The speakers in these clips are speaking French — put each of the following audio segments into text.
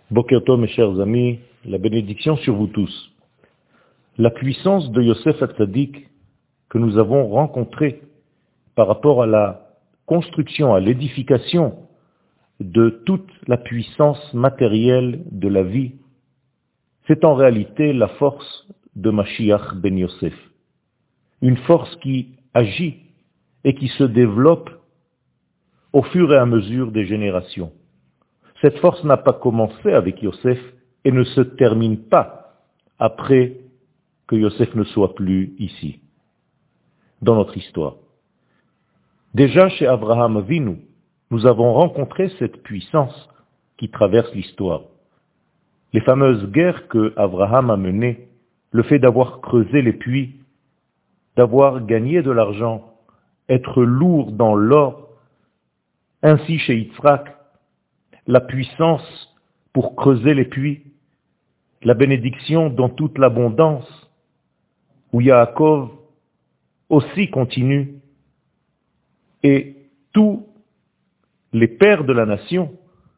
Boker Tov, mes chers amis, la bénédiction sur vous tous. La puissance de Yosef Hatzadik que nous avons rencontrée par rapport à la construction, à l'édification de toute la puissance matérielle de la vie, c'est en réalité la force de Mashiach ben Yosef. Une force qui agit et qui se développe au fur et à mesure des générations. Cette force n'a pas commencé avec Yosef et ne se termine pas après que Yosef ne soit plus ici, dans notre histoire. Déjà chez Abraham Avinu, nous avons rencontré cette puissance qui traverse l'histoire. Les fameuses guerres que Abraham a menées, le fait d'avoir creusé les puits, d'avoir gagné de l'argent, être lourd dans l'or, ainsi chez Yitzhak, la puissance pour creuser les puits, la bénédiction dans toute l'abondance, où Yaakov aussi continue, et tous les pères de la nation,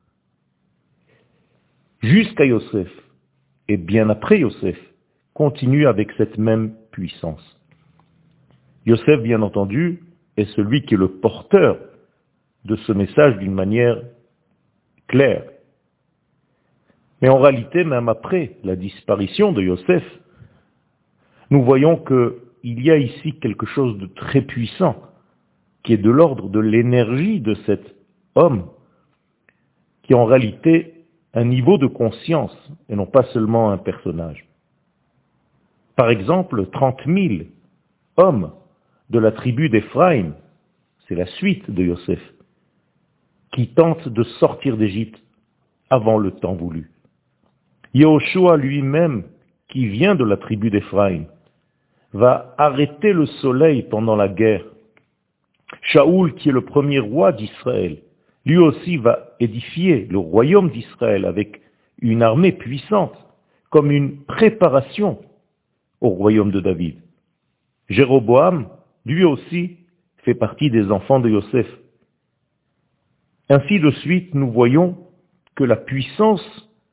jusqu'à Yosef, et bien après Yosef, continuent avec cette même puissance. Yosef, bien entendu, est celui qui est le porteur de ce message d'une manière claire. Mais en réalité, même après la disparition de Yosef, nous voyons qu'il y a ici quelque chose de très puissant, qui est de l'ordre de l'énergie de cet homme, qui est en réalité un niveau de conscience, et non pas seulement un personnage. Par exemple, 30 000 hommes de la tribu d'Éphraïm, c'est la suite de Yosef, qui tentent de sortir d'Égypte avant le temps voulu. Yehoshua lui-même, qui vient de la tribu d'Éphraïm, va arrêter le soleil pendant la guerre. Shaoul, qui est le premier roi d'Israël, lui aussi va édifier le royaume d'Israël avec une armée puissante, comme une préparation au royaume de David. Jéroboam, lui aussi, fait partie des enfants de Yosef. Ainsi de suite, nous voyons que la puissance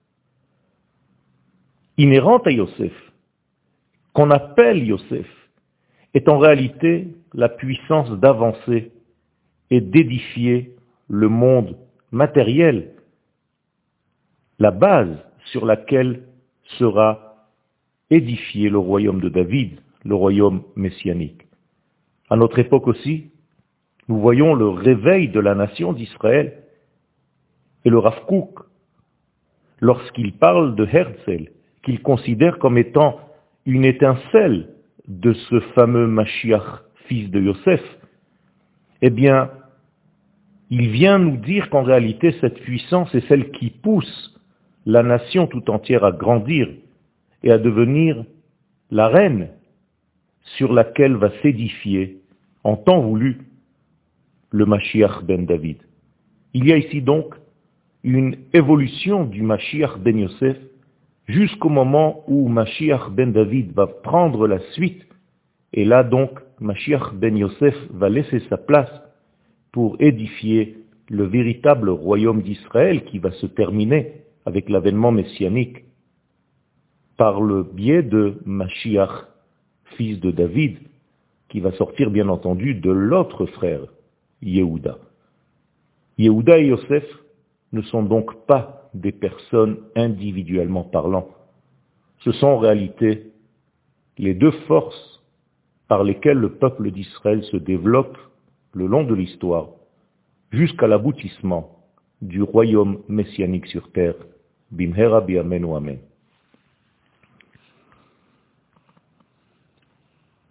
inhérente à Yosef, qu'on appelle Yosef, est en réalité la puissance d'avancer et d'édifier le monde matériel, la base sur laquelle sera édifié le royaume de David, le royaume messianique. À notre époque aussi, nous voyons le réveil de la nation d'Israël. Et le Rav Kook, lorsqu'il parle de Herzl, qu'il considère comme étant une étincelle de ce fameux Mashiach, fils de Yosef, eh bien, il vient nous dire qu'en réalité, cette puissance est celle qui pousse la nation tout entière à grandir et à devenir la reine sur laquelle va s'édifier, en temps voulu, le Mashiach ben David. Il y a ici donc une évolution du Mashiach ben Yosef jusqu'au moment où Mashiach ben David va prendre la suite, et là donc Mashiach ben Yosef va laisser sa place pour édifier le véritable royaume d'Israël qui va se terminer avec l'avènement messianique par le biais de Mashiach, fils de David, qui va sortir bien entendu de l'autre frère, Yehuda. Yehuda et Yosef ne sont donc pas des personnes individuellement parlant. Ce sont en réalité les deux forces par lesquelles le peuple d'Israël se développe le long de l'histoire, jusqu'à l'aboutissement du royaume messianique sur terre. Bimhera bi'amenu amen.